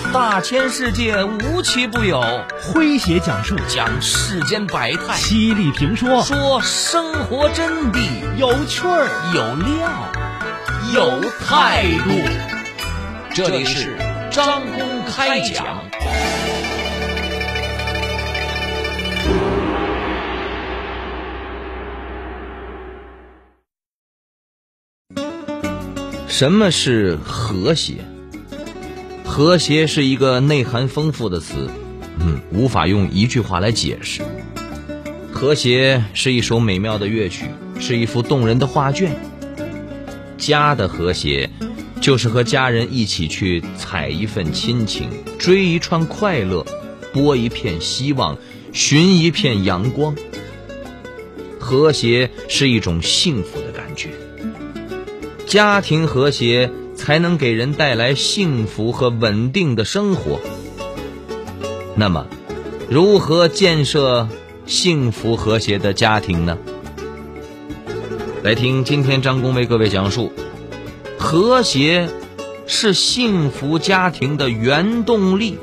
大千世界无奇不有， 诙谐讲述， 讲世间百态， 犀利评说， 说生活真谛， 有趣儿， 有料，有态度。这里是张公开讲。什么是和谐？和谐是一个内涵丰富的词，无法用一句话来解释。和谐是一首美妙的乐曲，是一幅动人的画卷。家的和谐就是和家人一起去采一份亲情，追一串快乐，播一片希望，寻一片阳光。和谐是一种幸福的感觉。家庭和谐才能给人带来幸福和稳定的生活。那么，如何建设幸福和谐的家庭呢？来听今天张公为各位讲述，和谐是幸福家庭的原动力。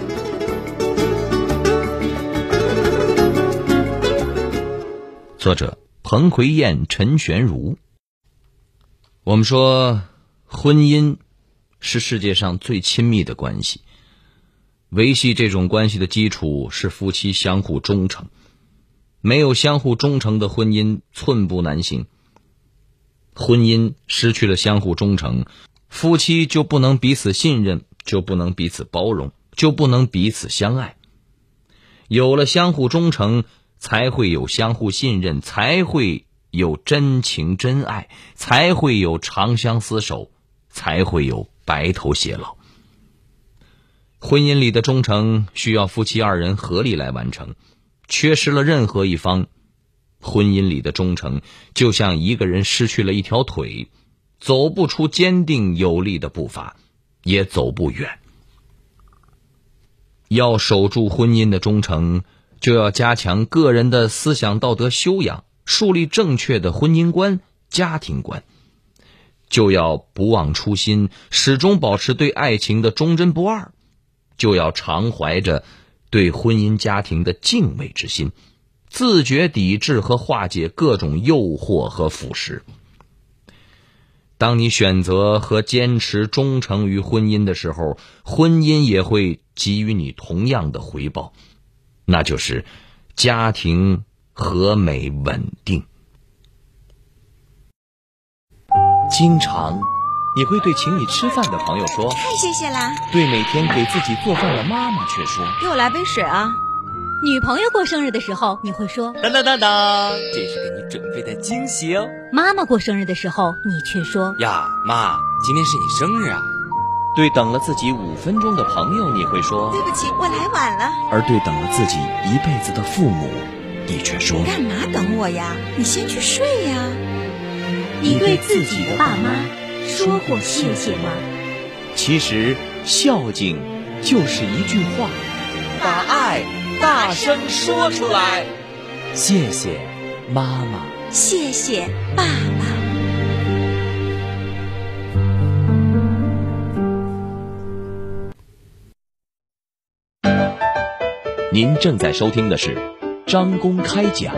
作者彭奎燕、陈玄如。我们说，婚姻是世界上最亲密的关系，维系这种关系的基础是夫妻相互忠诚。没有相互忠诚的婚姻，寸步难行。婚姻失去了相互忠诚，夫妻就不能彼此信任，就不能彼此包容，就不能彼此相爱。有了相互忠诚，才会有相互信任，才会有真情真爱，才会有长相厮守，才会有白头偕老。婚姻里的忠诚需要夫妻二人合力来完成，缺失了任何一方，婚姻里的忠诚就像一个人失去了一条腿，走不出坚定有力的步伐，也走不远。要守住婚姻的忠诚，就要加强个人的思想道德修养，树立正确的婚姻观、家庭观，就要不忘初心，始终保持对爱情的忠贞不二，就要常怀着对婚姻家庭的敬畏之心，自觉抵制和化解各种诱惑和腐蚀。当你选择和坚持忠诚于婚姻的时候，婚姻也会给予你同样的回报，那就是家庭和美稳定。经常你会对请你吃饭的朋友说太谢谢啦， 对每天给自己做饭的妈妈却说给我来杯水啊。 女朋友过生日的时候，你会说当当当当，这是给你准备的惊喜哦。 妈妈过生日的时候，你却说呀，妈，今天是你生日啊。 对等了自己5分钟的朋友，你会说对不起，我来晚了。 而对等了自己一辈子的父母，你却说干嘛等我呀？你先去睡呀。 你对自己的爸妈说过谢谢吗？ 其实孝敬就是一句话，把爱大声说出来。 谢谢妈妈， 谢谢爸爸。 您正在收听的是张公开讲，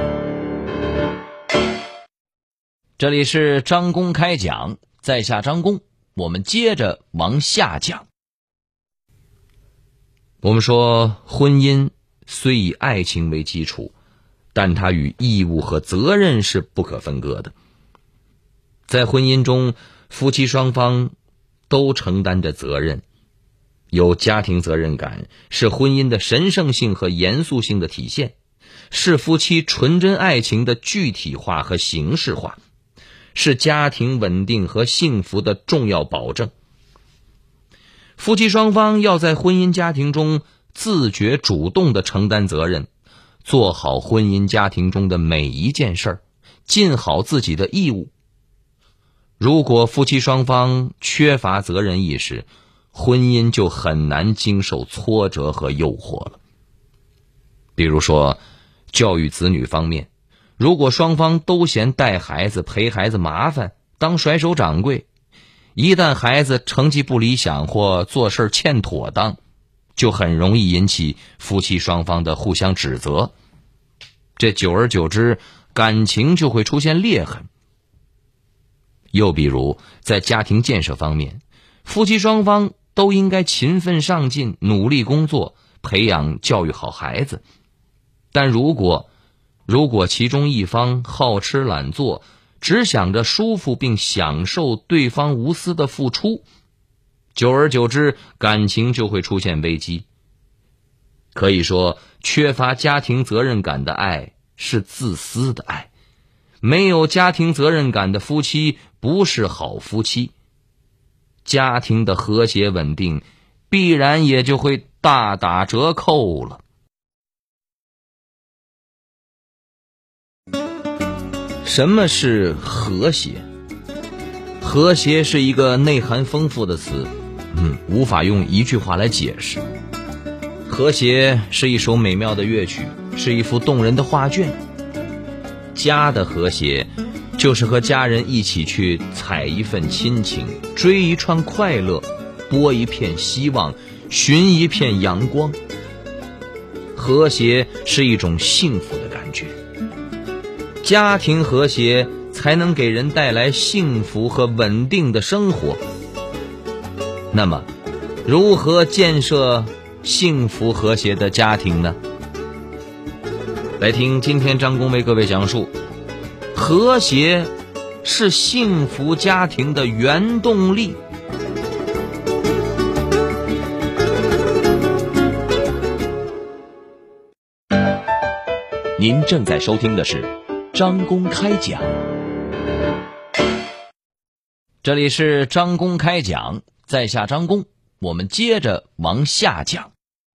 这里是张公开讲，在下张公，我们接着往下讲。我们说，婚姻虽以爱情为基础，但它与义务和责任是不可分割的。在婚姻中，夫妻双方都承担着责任。有家庭责任感是婚姻的神圣性和严肃性的体现，是夫妻纯真爱情的具体化和形式化，是家庭稳定和幸福的重要保证。夫妻双方要在婚姻家庭中自觉主动地承担责任，做好婚姻家庭中的每一件事儿，尽好自己的义务。如果夫妻双方缺乏责任意识，婚姻就很难经受挫折和诱惑了。比如说，教育子女方面，如果双方都嫌带孩子陪孩子麻烦，当甩手掌柜，一旦孩子成绩不理想或做事欠妥当， 就很容易引起夫妻双方的互相指责，这久而久之，感情就会出现裂痕。又比如在家庭建设方面，夫妻双方都应该勤奋上进，努力工作，培养教育好孩子。但如果其中一方好吃懒做，只想着舒服并享受对方无私的付出，久而久之，感情就会出现危机。可以说，缺乏家庭责任感的爱是自私的爱，没有家庭责任感的夫妻不是好夫妻，家庭的和谐稳定必然也就会大打折扣了。什么是和谐？和谐是一个内涵丰富的词，无法用一句话来解释。和谐是一首美妙的乐曲，是一幅动人的画卷。家的和谐就是和家人一起去采一份亲情，追一串快乐，播一片希望，寻一片阳光。和谐是一种幸福的感觉，家庭和谐才能给人带来幸福和稳定的生活。那么，如何建设幸福和谐的家庭呢？来听今天张工为各位讲述，和谐是幸福家庭的原动力。 您正在收听的是张公开讲， 这里是张公开讲，在下张公，我们接着往下讲。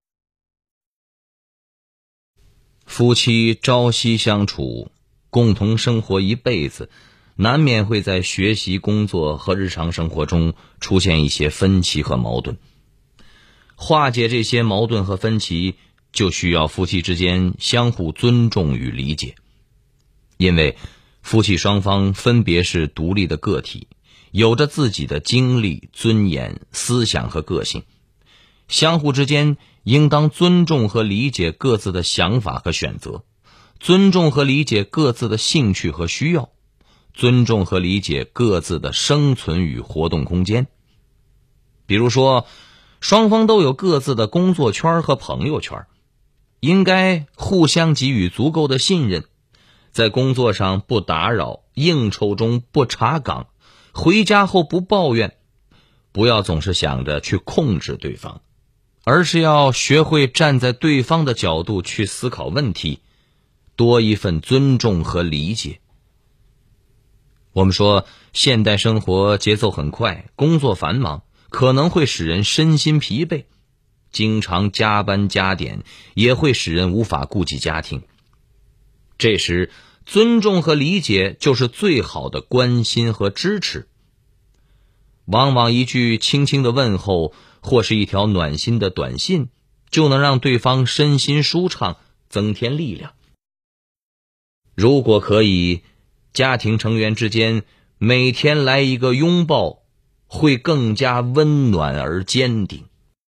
夫妻朝夕相处，共同生活一辈子，难免会在学习、工作和日常生活中出现一些分歧和矛盾。化解这些矛盾和分歧，就需要夫妻之间相互尊重与理解。因为夫妻双方分别是独立的个体，有着自己的经历、尊严、思想和个性，相互之间应当尊重和理解各自的想法和选择，尊重和理解各自的兴趣和需要，尊重和理解各自的生存与活动空间。比如说，双方都有各自的工作圈和朋友圈，应该互相给予足够的信任，在工作上不打扰，应酬中不查岗，回家后不抱怨，不要总是想着去控制对方，而是要学会站在对方的角度去思考问题，多一份尊重和理解。我们说，现代生活节奏很快，工作繁忙，可能会使人身心疲惫，经常加班加点也会使人无法顾及家庭。这时，尊重和理解就是最好的关心和支持。往往一句轻轻的问候，或是一条暖心的短信，就能让对方身心舒畅，增添力量。如果可以，家庭成员之间每天来一个拥抱，会更加温暖而坚定。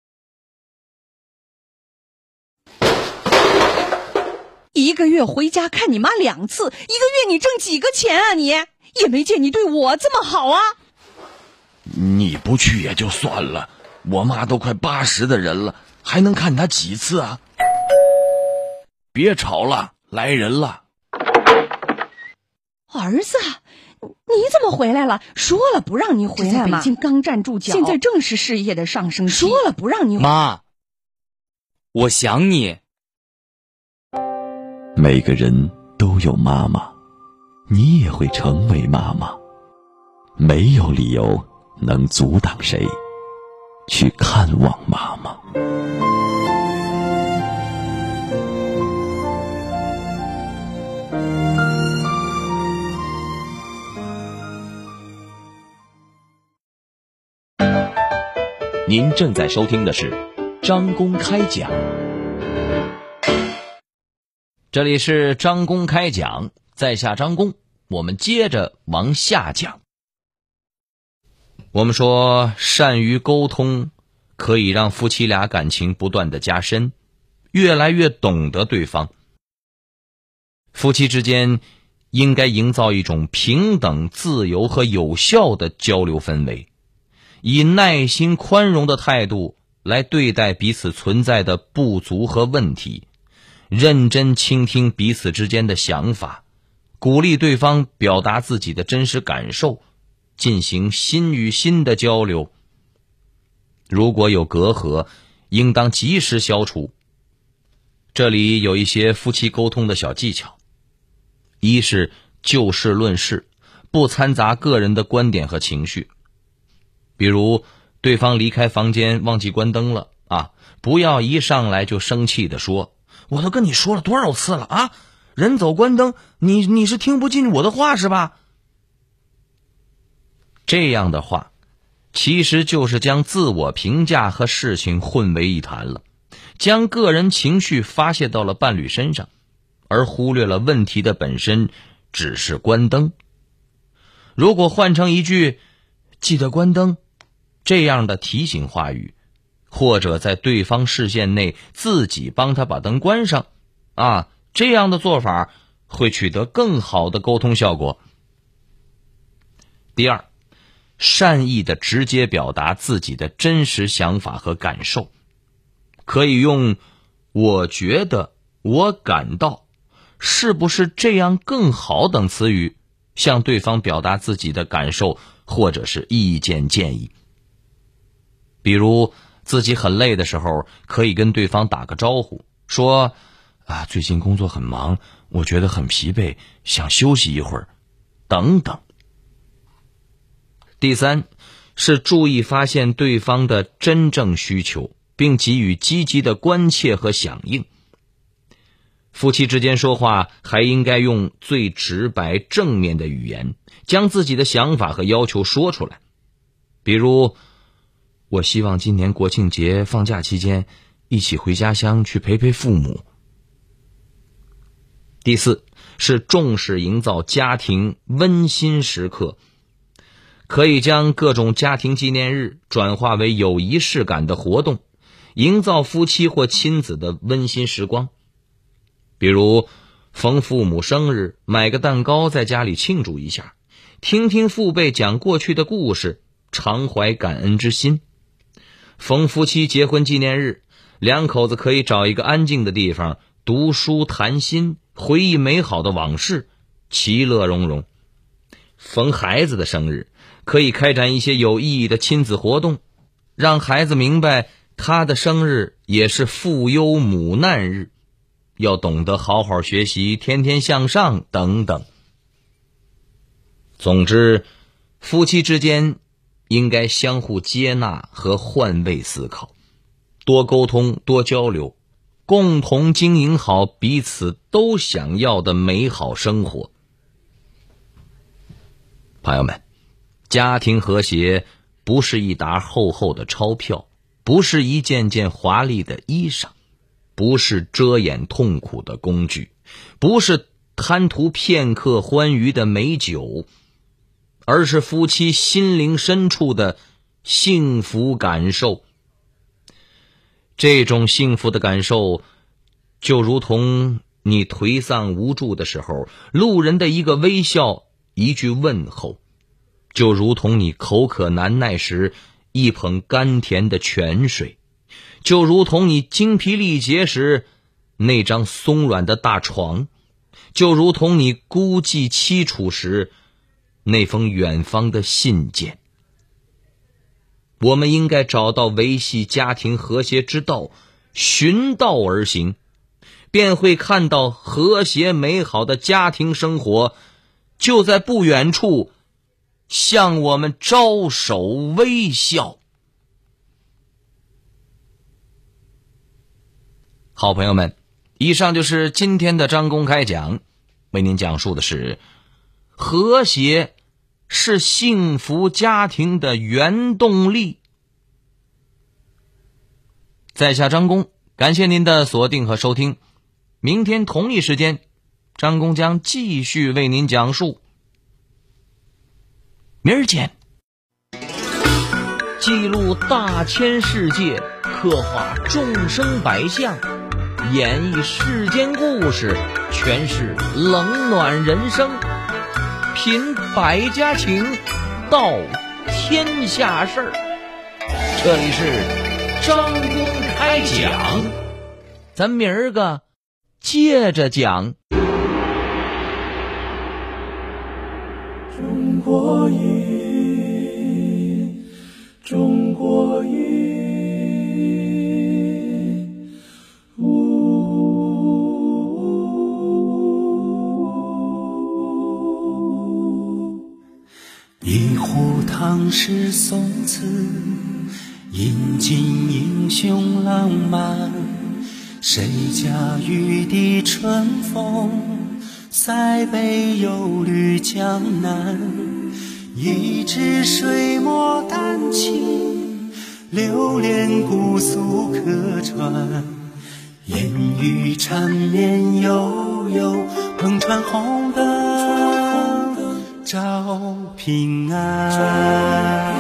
一个月回家看你妈2次，一个月你挣几个钱啊你？也没见你对我这么好啊。 你不去也就算了，我妈都快80的人了，还能看她几次啊？别吵了，来人了。 儿子，你怎么回来了？说了不让你回来嘛。北京刚站住脚，现在正是事业的上升期。说了不让你回来。 妈，我想你。 每个人都有妈妈，你也会成为妈妈，没有理由能阻挡谁去看望妈妈。 您正在收听的是张公开讲， 这里是张公开讲，在下张公，我们接着往下讲。我们说，善于沟通可以让夫妻俩感情不断的加深，越来越懂得对方。夫妻之间应该营造一种平等、自由和有效的交流氛围，以耐心宽容的态度来对待彼此存在的不足和问题，认真倾听彼此之间的想法，鼓励对方表达自己的真实感受，进行心与心的交流。如果有隔阂，应当及时消除。这里有一些夫妻沟通的小技巧。一是就事论事，不掺杂个人的观点和情绪。比如对方离开房间忘记关灯了不要一上来就生气地说，我都跟你说了多少次了人走关灯，你是听不进我的话是吧？这样的话其实就是将自我评价和事情混为一谈了，将个人情绪发泄到了伴侣身上，而忽略了问题的本身只是关灯。如果换成一句记得关灯这样的提醒话语，或者在对方视线内自己帮他把灯关上这样的做法会取得更好的沟通效果。第二，善意的直接表达自己的真实想法和感受，可以用我觉得、我感到、是不是这样更好等词语向对方表达自己的感受或者是意见建议。比如自己很累的时候，可以跟对方打个招呼，说最近工作很忙，我觉得很疲惫，想休息一会儿等等。第三，是注意发现对方的真正需求，并给予积极的关切和响应。夫妻之间说话还应该用最直白正面的语言，将自己的想法和要求说出来。比如我希望今年国庆节放假期间一起回家乡去陪陪父母。第四，是重视营造家庭温馨时刻，可以将各种家庭纪念日转化为有仪式感的活动，营造夫妻或亲子的温馨时光。比如逢父母生日，买个蛋糕在家里庆祝一下，听听父辈讲过去的故事，常怀感恩之心。逢夫妻结婚纪念日，两口子可以找一个安静的地方，读书谈心，回忆美好的往事，其乐融融。逢孩子的生日，可以开展一些有意义的亲子活动，让孩子明白他的生日也是父忧母难日，要懂得好好学习，天天向上等等。总之，夫妻之间应该相互接纳和换位思考，多沟通，多交流，共同经营好彼此都想要的美好生活。朋友们，家庭和谐不是一沓厚厚的钞票，不是一件件华丽的衣裳，不是遮掩痛苦的工具，不是贪图片刻欢愉的美酒，而是夫妻心灵深处的幸福感受。这种幸福的感受，就如同你颓丧无助的时候，路人的一个微笑，一句问候，就如同你口渴难耐时一捧甘甜的泉水，就如同你精疲力竭时那张松软的大床，就如同你孤寂凄楚时那封远方的信件。我们应该找到维系家庭和谐之道，循道而行，便会看到和谐美好的家庭生活就在不远处向我们招手微笑。好朋友们，以上就是今天的张公开讲，为您讲述的是和谐是幸福家庭的原动力。在下张公，感谢您的锁定和收听。明天同一时间，张公将继续为您讲述。明儿见。 记录大千世界，刻画众生百相，演绎世间故事，诠释冷暖人生，品百家情，道天下事儿。这里是张公开讲，咱明儿个接着讲。 中国音，中国音，一壶唐诗宋词，饮尽英雄浪漫。谁家玉笛春风，塞北又绿江南。一支水墨丹青，流连姑苏客船。烟雨缠绵悠悠，篷船红灯照平安。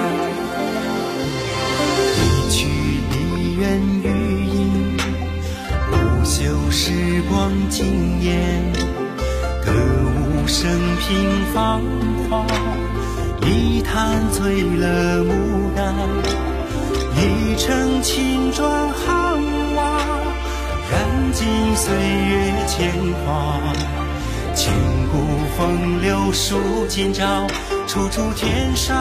一曲梨园余音，不朽时光惊艳。歌舞升平芳华，一坛醉了牡丹。一城青砖汉瓦，燃尽岁月铅华。千古风流数今朝，处处天上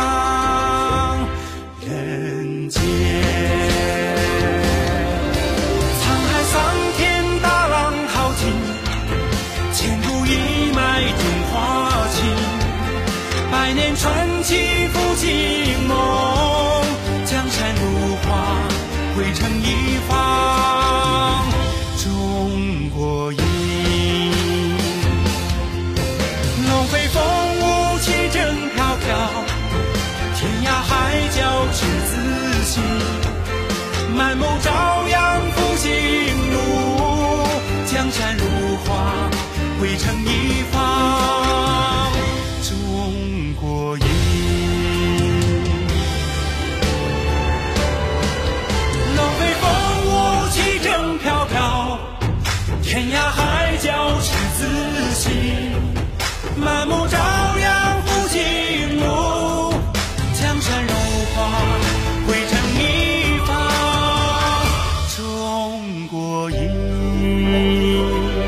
人间。沧海桑田大浪淘尽，千古一脉中华情。百年传奇复兴梦，江山如画汇成一方。中国音，龙飞凤舞旗正飘飘，天涯海角赤子心。满目朝阳复兴路，江山如画汇成一方。中国音，龙飞凤舞旗正飘飘，天涯海角赤子心。满目朝阳复兴路，江山如画汇成一方。中国音，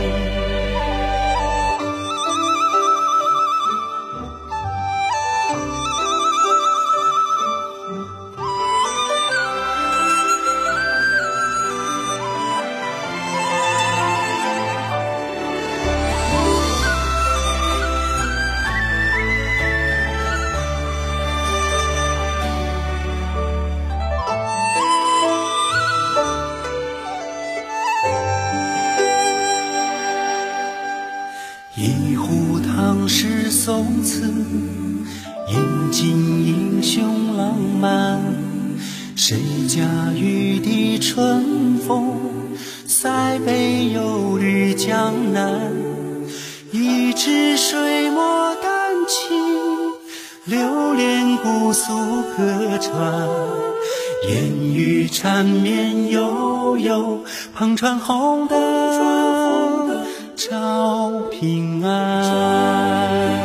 一壶唐诗宋词，饮尽英雄浪漫。谁家玉笛春风，塞北又绿江南。一支水墨丹青，流连姑苏客船。烟雨缠绵悠悠，篷船红灯照平安。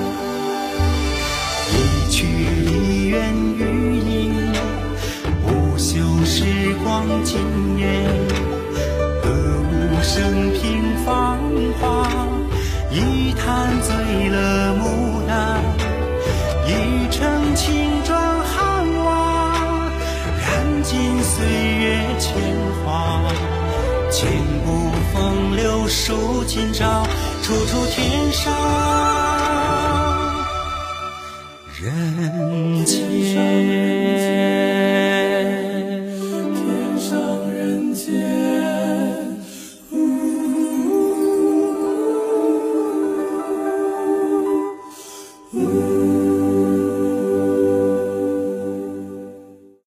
一曲梨园余音，不朽时光惊艳。歌舞升平芳华，一坛醉了牡丹。一城青砖汉瓦，燃尽岁月铅华。千古风流数今朝，处处天上人间。